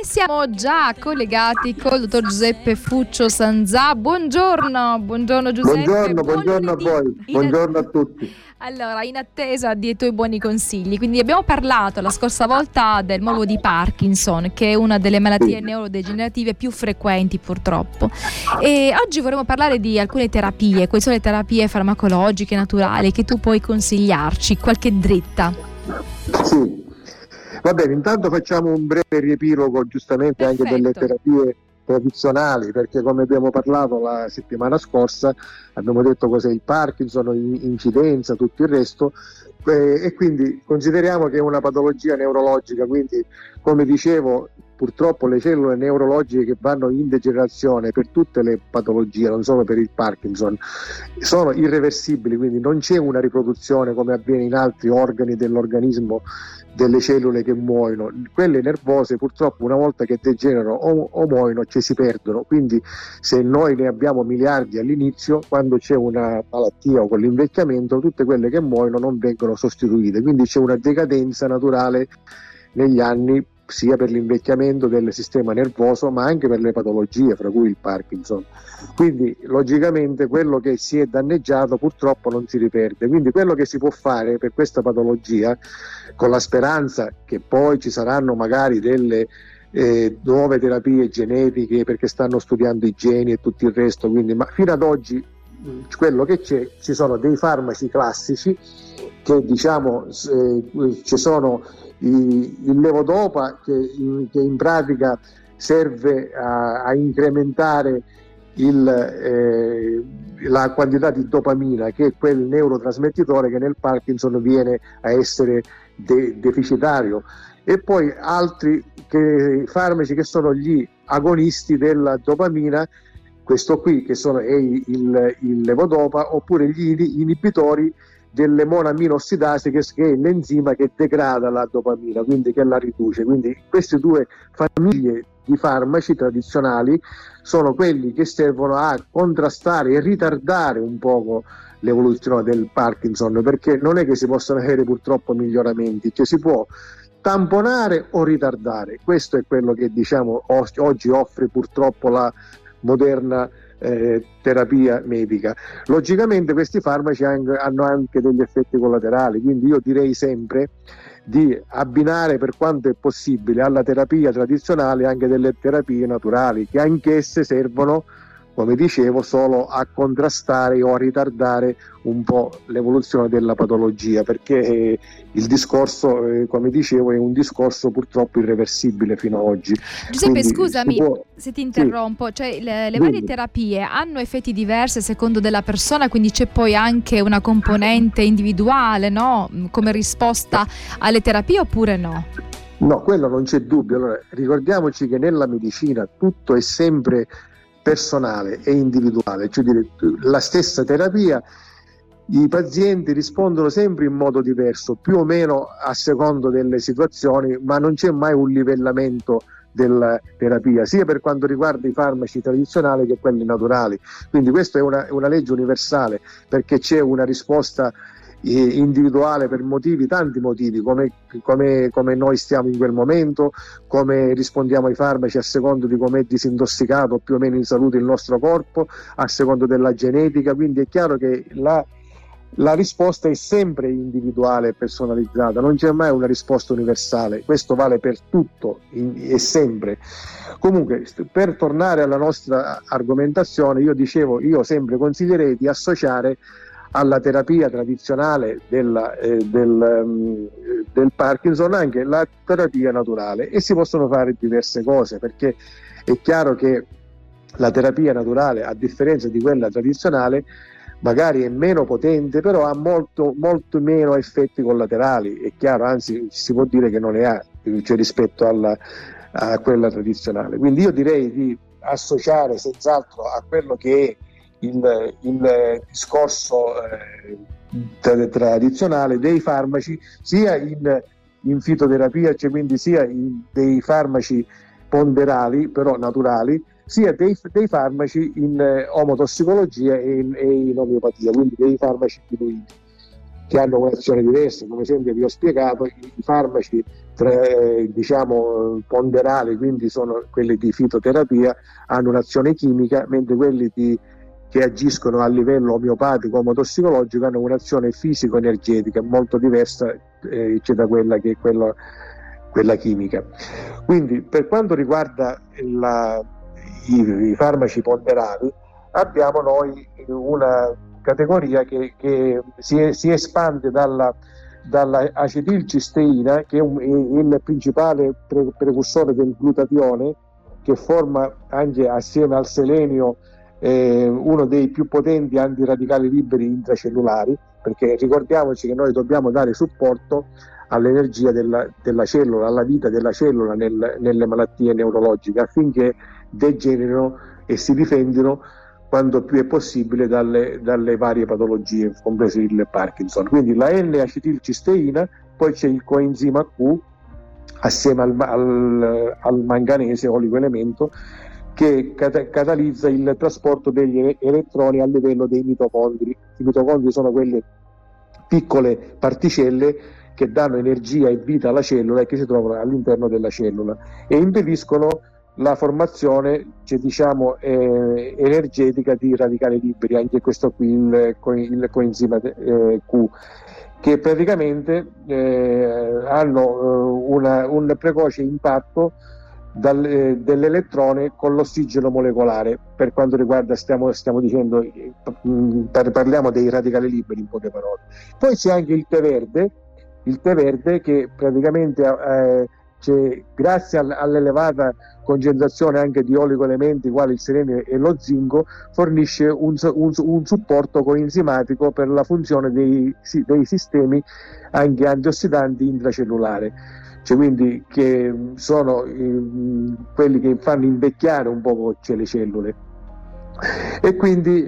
E siamo già collegati col dottor Giuseppe Fuccio Sanzà. Buongiorno Giuseppe. Buongiorno a voi, buongiorno a tutti. Allora, in attesa dei tuoi buoni consigli, quindi abbiamo parlato la scorsa volta del morbo di Parkinson, che è una delle malattie neurodegenerative più frequenti purtroppo. E oggi vorremmo parlare di alcune terapie. Quali sono le terapie farmacologiche naturali che tu puoi consigliarci? Qualche dritta? Sì. Va bene, intanto facciamo un breve riepilogo giustamente. Perfetto. Anche delle terapie tradizionali, perché come abbiamo parlato la settimana scorsa abbiamo detto cos'è il Parkinson, incidenza, tutto il resto, e quindi consideriamo che è una patologia neurologica, quindi come dicevo purtroppo le cellule neurologiche che vanno in degenerazione per tutte le patologie, non solo per il Parkinson, sono irreversibili, quindi non c'è una riproduzione come avviene in altri organi dell'organismo delle cellule che muoiono. Quelle nervose purtroppo una volta che degenerano o muoiono ci si perdono, quindi se noi ne abbiamo miliardi all'inizio, quando c'è una malattia o con l'invecchiamento tutte quelle che muoiono non vengono sostituite, quindi c'è una decadenza naturale negli anni, sia per l'invecchiamento del sistema nervoso ma anche per le patologie, fra cui il Parkinson. Quindi logicamente quello che si è danneggiato purtroppo non si riperde, quindi quello che si può fare per questa patologia, con la speranza che poi ci saranno magari delle nuove terapie genetiche, perché stanno studiando i geni e tutto il resto, quindi, ma fino ad oggi quello che c'è, ci sono dei farmaci classici che diciamo ci sono il levodopa che in pratica serve a incrementare la quantità di dopamina, che è quel neurotrasmettitore che nel Parkinson viene a essere deficitario, e poi altri farmaci che sono gli agonisti della dopamina, questo qui che sono il levodopa, oppure gli inibitori delle monoaminoossidasi, che è l'enzima che degrada la dopamina, quindi che la riduce. Quindi queste due famiglie di farmaci tradizionali sono quelli che servono a contrastare e ritardare un poco l'evoluzione del Parkinson, perché non è che si possono avere purtroppo miglioramenti, cioè si può tamponare o ritardare. Questo è quello che diciamo oggi offre purtroppo la moderna terapia medica. Logicamente questi farmaci hanno anche degli effetti collaterali, quindi io direi sempre di abbinare, per quanto è possibile, alla terapia tradizionale anche delle terapie naturali, che anch'esse servono, come dicevo, solo a contrastare o a ritardare un po' l'evoluzione della patologia, perché il discorso, come dicevo, è un discorso purtroppo irreversibile fino ad oggi. Giuseppe, quindi, scusami se ti interrompo, sì. Cioè le varie terapie hanno effetti diversi a secondo della persona, quindi c'è poi anche una componente individuale, no? Come risposta alle terapie, oppure no? No, quello non c'è dubbio. Allora, ricordiamoci che nella medicina tutto è sempre personale e individuale, cioè la stessa terapia, i pazienti rispondono sempre in modo diverso, più o meno a secondo delle situazioni, ma non c'è mai un livellamento della terapia, sia per quanto riguarda i farmaci tradizionali che quelli naturali. Quindi questa è una legge universale, perché c'è una risposta individuale per tanti motivi, come noi stiamo in quel momento, come rispondiamo ai farmaci a secondo di come è disintossicato più o meno in salute il nostro corpo, a secondo della genetica. Quindi è chiaro che la risposta è sempre individuale e personalizzata, non c'è mai una risposta universale, questo vale per tutto e sempre. Comunque, per tornare alla nostra argomentazione, io sempre consiglierei di associare alla terapia tradizionale del Parkinson anche la terapia naturale, e si possono fare diverse cose, perché è chiaro che la terapia naturale, a differenza di quella tradizionale, magari è meno potente, però ha molto meno effetti collaterali, è chiaro, anzi si può dire che non ne ha, cioè rispetto a quella tradizionale. Quindi io direi di associare senz'altro a quello che è il discorso tradizionale dei farmaci, sia in fitoterapia, cioè quindi sia dei farmaci ponderali però naturali, sia dei farmaci in omotossicologia e in omeopatia, quindi dei farmaci diluiti che hanno un'azione diversa. Come esempio vi ho spiegato, i farmaci diciamo ponderali, quindi sono quelli di fitoterapia, hanno un'azione chimica, mentre quelli che agiscono a livello omeopatico o omotossicologico hanno un'azione fisico-energetica molto diversa da quella che è quella chimica. Quindi per quanto riguarda i farmaci ponderali, abbiamo noi una categoria che si espande dalla acetilcisteina, che è il principale precursore del glutatione, che forma anche assieme al selenio uno dei più potenti antiradicali liberi intracellulari, perché ricordiamoci che noi dobbiamo dare supporto all'energia della cellula, alla vita della cellula nelle malattie neurologiche, affinché degenerino e si difendino quanto più è possibile dalle varie patologie, compreso il Parkinson. Quindi la N-acetilcisteina, poi c'è il coenzima Q assieme al manganese, oligoelemento, che catalizza il trasporto degli elettroni a livello dei mitocondri. I mitocondri sono quelle piccole particelle che danno energia e vita alla cellula e che si trovano all'interno della cellula e impediscono la formazione, energetica di radicali liberi, anche questo qui il coenzima Q, che praticamente hanno un precoce impatto dell'elettrone con l'ossigeno molecolare. Per quanto riguarda, stiamo dicendo, parliamo dei radicali liberi in poche parole. Poi c'è anche il tè verde che praticamente grazie all'elevata concentrazione anche di oligoelementi quali il selenio e lo zinco, fornisce un supporto coenzimatico per la funzione dei sistemi anche antiossidanti intracellulari, quindi che sono quelli che fanno invecchiare un po' le cellule. E quindi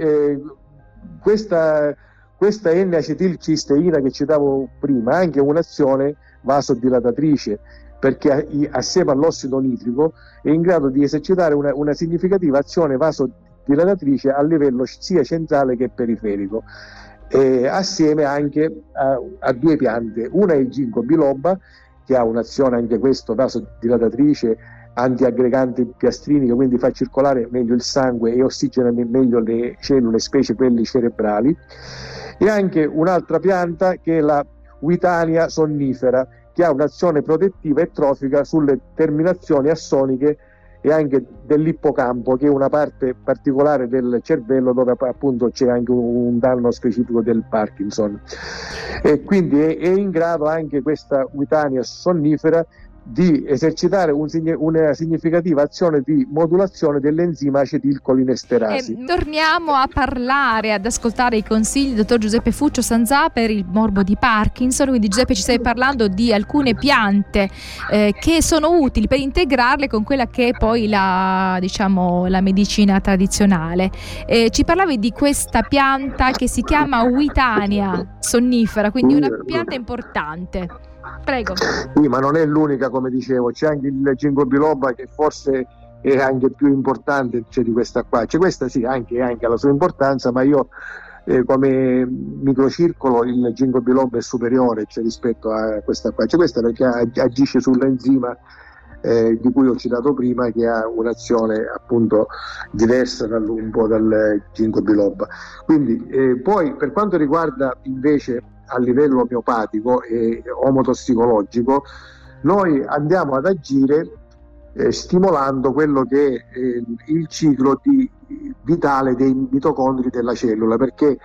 questa N-acetilcisteina che citavo prima ha anche un'azione vasodilatatrice, perché assieme all'ossido nitrico è in grado di esercitare una significativa azione vasodilatatrice a livello sia centrale che periferico, assieme anche a due piante. Una è il ginkgo biloba, che ha un'azione anche questo vasodilatatrice, antiaggregante piastrinica, quindi fa circolare meglio il sangue e ossigena meglio le cellule, specie quelle cerebrali, e anche un'altra pianta che è la Witania sonnifera, che ha un'azione protettiva e trofica sulle terminazioni assoniche e anche dell'ippocampo, che è una parte particolare del cervello dove appunto c'è anche un danno specifico del Parkinson. E quindi è in grado anche questa Witania sonnifera di esercitare una significativa azione di modulazione dell'enzima acetilcolinesterasi. Torniamo a parlare, ad ascoltare i consigli del dottor Giuseppe Fuccio Sanzà per il morbo di Parkinson. Quindi Giuseppe, ci stai parlando di alcune piante che sono utili per integrarle con quella che è poi la medicina tradizionale. Ci parlavi di questa pianta che si chiama Witania sonnifera, quindi una pianta importante. Prego. Sì, ma non è l'unica, come dicevo, c'è anche il ginkgo biloba, che forse è anche più importante di questa qua. Questa sì, anche la sua importanza, ma io come microcircolo il ginkgo biloba è superiore rispetto a questa qua. Questa perché agisce sull'enzima di cui ho citato prima, che ha un'azione appunto diversa un po' dal ginkgo biloba. Quindi poi per quanto riguarda invece a livello omeopatico e omotossicologico, noi andiamo ad agire stimolando quello che è il ciclo vitale dei mitocondri della cellula, perché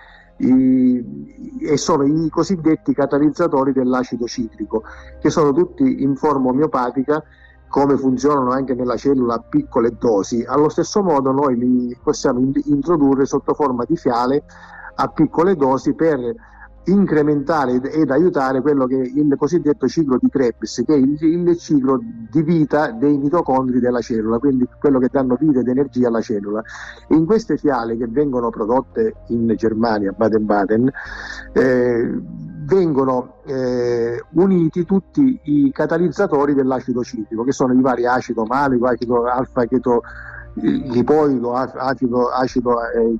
sono i cosiddetti catalizzatori dell'acido citrico, che sono tutti in forma omeopatica, come funzionano anche nella cellula a piccole dosi. Allo stesso modo noi li possiamo introdurre sotto forma di fiale a piccole dosi per incrementare ed aiutare quello che è il cosiddetto ciclo di Krebs, che è il ciclo di vita dei mitocondri della cellula, quindi quello che danno vita ed energia alla cellula. In queste fiale, che vengono prodotte in Germania, Baden-Baden, vengono uniti tutti i catalizzatori dell'acido citrico, che sono i vari acido malico, acido alfa lipoico, acido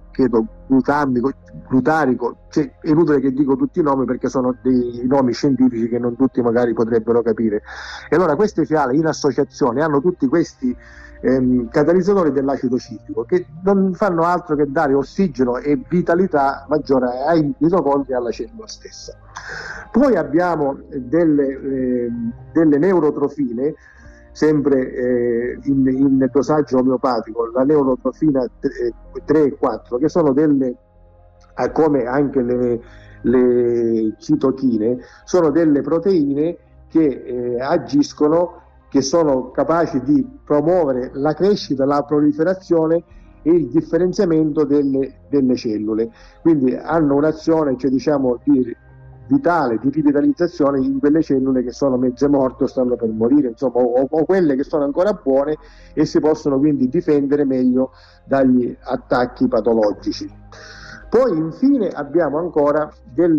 glutarico, cioè, è inutile che dico tutti i nomi perché sono dei nomi scientifici che non tutti magari potrebbero capire. E allora queste fiale in associazione hanno tutti questi catalizzatori dell'acido citrico che non fanno altro che dare ossigeno e vitalità maggiore ai mitocondri e alla cellula stessa. Poi abbiamo delle neurotrofine, sempre in dosaggio omeopatico, la neurotrofina 3 e 4, che sono delle, come anche le citochine, sono delle proteine che agiscono, che sono capaci di promuovere la crescita, la proliferazione e il differenziamento delle cellule. Quindi hanno un'azione, cioè diciamo, vitale, di rivitalizzazione in quelle cellule che sono mezze morte o stanno per morire, insomma, o quelle che sono ancora buone e si possono quindi difendere meglio dagli attacchi patologici. Poi infine abbiamo ancora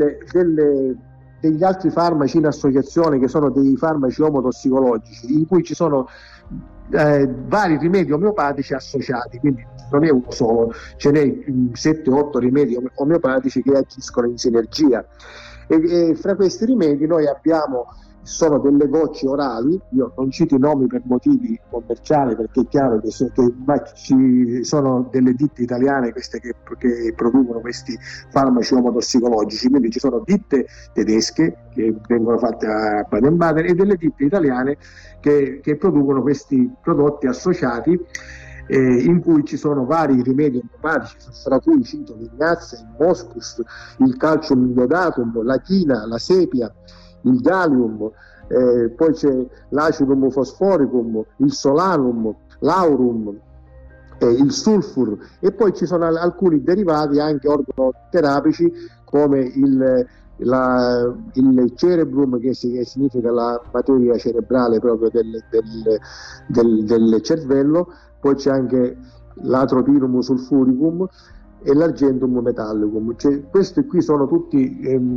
degli altri farmaci in associazione, che sono dei farmaci omotossicologici, in cui ci sono vari rimedi omeopatici associati, quindi non è uno solo, ce n'è 7-8 rimedi omeopatici che agiscono in sinergia. E fra questi rimedi noi sono delle gocce orali, io non cito i nomi per motivi commerciali perché è chiaro che ci sono delle ditte italiane queste che producono questi farmaci omotossicologici, quindi ci sono ditte tedesche che vengono fatte a Baden-Baden e delle ditte italiane che producono questi prodotti associati, in cui ci sono vari rimedi omeopatici, fra cui il cinto vignazza, il moscus, il calcium iodatum, la china, la sepia, il gallium, poi c'è l'acidum fosforicum, il solanum, l'aurum, il sulfur, e poi ci sono alcuni derivati anche organoterapici come il cerebrum, che significa la materia cerebrale proprio del cervello. Poi c'è anche l'atropinum sulfuricum e l'argentum metallicum, cioè, questi qui sono tutti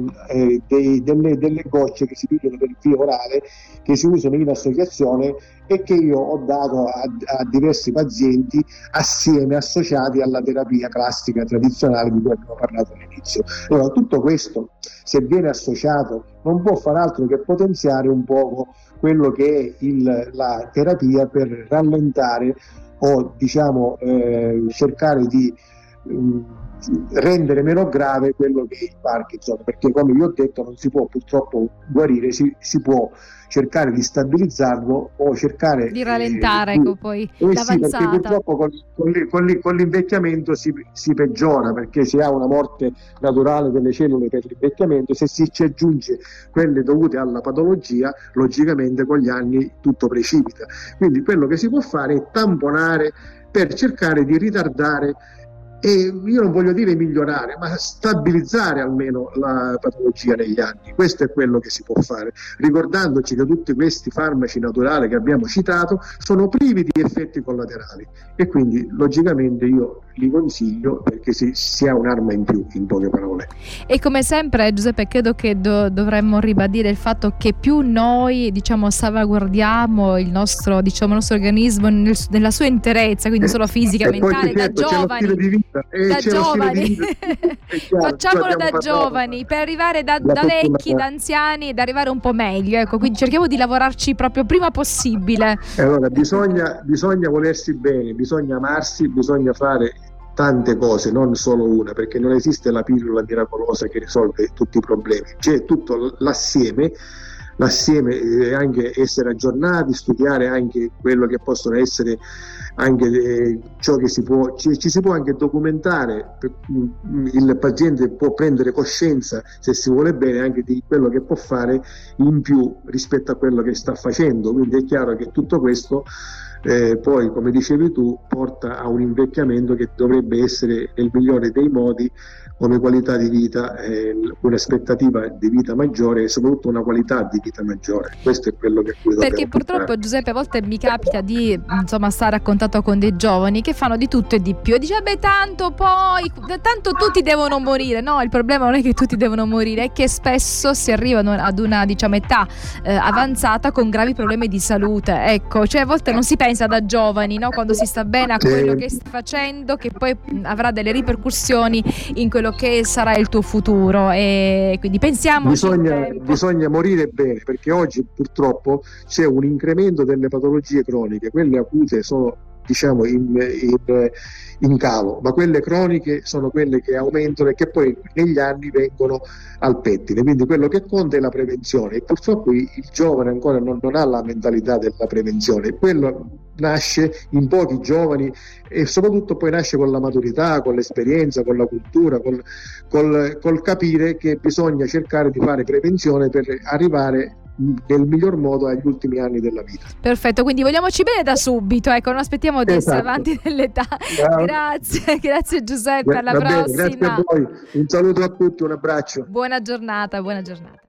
delle gocce che si pigliano per via orale, che si usano in associazione e che io ho dato a diversi pazienti assieme, associati alla terapia classica tradizionale di cui abbiamo parlato all'inizio. Allora, tutto questo, se viene associato, non può far altro che potenziare un poco quello che è la terapia per rallentare o diciamo cercare di rendere meno grave quello che è il Parkinson, perché come vi ho detto non si può purtroppo guarire, si può cercare di stabilizzarlo o cercare di rallentare poi l'avanzata. Sì, perché purtroppo con l'invecchiamento si peggiora, perché si ha una morte naturale delle cellule per l'invecchiamento, se si ci aggiunge quelle dovute alla patologia, logicamente con gli anni tutto precipita. Quindi quello che si può fare è tamponare per cercare di ritardare, e io non voglio dire migliorare, ma stabilizzare almeno la patologia negli anni. Questo è quello che si può fare, ricordandoci che tutti questi farmaci naturali che abbiamo citato sono privi di effetti collaterali e quindi logicamente io li consiglio perché si ha un'arma in più, in poche parole. E come sempre, Giuseppe, credo che dovremmo ribadire il fatto che più noi salvaguardiamo il nostro organismo nella sua interezza, quindi solo fisica, mentale, da giovani. Da giovani, facciamolo da giovani per arrivare da vecchi, da anziani ed arrivare un po' meglio, ecco, quindi cerchiamo di lavorarci proprio prima possibile. Allora bisogna volersi bene, bisogna amarsi, bisogna fare tante cose, non solo una, perché non esiste la pillola miracolosa che risolve tutti i problemi, c'è tutto l'assieme, anche essere aggiornati, studiare anche quello che possono essere anche ciò che ci si può anche documentare, il paziente può prendere coscienza, se si vuole bene, anche di quello che può fare in più rispetto a quello che sta facendo. Quindi è chiaro che tutto questo poi, come dicevi tu, porta a un invecchiamento che dovrebbe essere nel migliore dei modi, come qualità di vita, un'aspettativa di vita maggiore e soprattutto una qualità di vita maggiore. Questo è quello che dobbiamo perché purtroppo portare. Giuseppe, a volte mi capita di stare a contatto con dei giovani che fanno di tutto e di più e dice tanto tutti devono morire. No, il problema non è che tutti devono morire, è che spesso si arrivano ad una età avanzata con gravi problemi di salute, ecco, cioè a volte non si pensa pensa da giovani, no? Quando si sta bene a quello che stai facendo, che poi avrà delle ripercussioni in quello che sarà il tuo futuro, e quindi pensiamo bisogna morire bene, perché oggi purtroppo c'è un incremento delle patologie croniche. Quelle acute sono, diciamo, in calo, ma quelle croniche sono quelle che aumentano e che poi negli anni vengono al pettine. Quindi quello che conta è la prevenzione, e purtroppo il giovane ancora non ha la mentalità della prevenzione. Quello nasce in pochi giovani, e soprattutto poi nasce con la maturità, con l'esperienza, con la cultura, col capire che bisogna cercare di fare prevenzione per arrivare nel miglior modo agli ultimi anni della vita. Perfetto, quindi vogliamoci bene da subito, ecco, non aspettiamo di essere avanti nell'età. Grazie Giuseppe, alla prossima. Grazie a voi, un saluto a tutti, un abbraccio. Buona giornata.